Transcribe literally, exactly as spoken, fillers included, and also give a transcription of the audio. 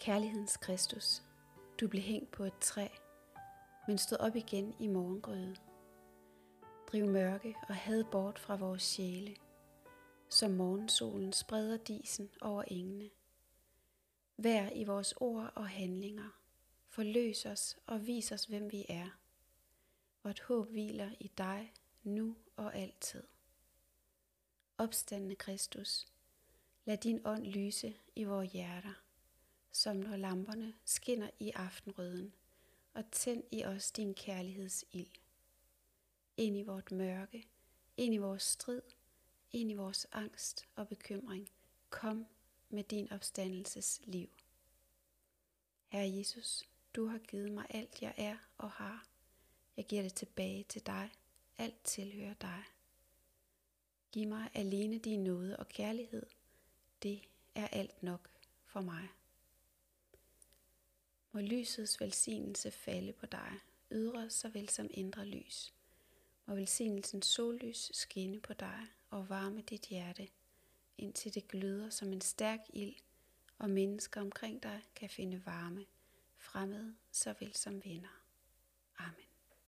Kærlighedens Kristus, du blev hængt på et træ, men stod op igen i morgengryet. Driv mørke og had bort fra vores sjæle, som morgensolen spreder disen over engene. Vær i vores ord og handlinger, forløs os og vis os, hvem vi er. Vort håb hviler i dig, nu og altid. Opstandne Kristus, lad din ånd lyse i vores hjerter, som når lamperne skinner i aftenrøden, og tænd i os din kærlighedsild. Ind i vort mørke, ind i vores strid, ind i vores angst og bekymring, kom med din opstandelses liv. Herre Jesus, du har givet mig alt jeg er og har. Jeg giver det tilbage til dig. Alt tilhører dig. Giv mig alene din nåde og kærlighed. Det er alt nok for mig. Må lysets velsignelse falde på dig, ydre såvel som indre lys. Må velsignelsens sollys skinne på dig og varme dit hjerte, indtil det gløder som en stærk ild, og mennesker omkring dig kan finde varme, fremmede såvel som venner. Amen.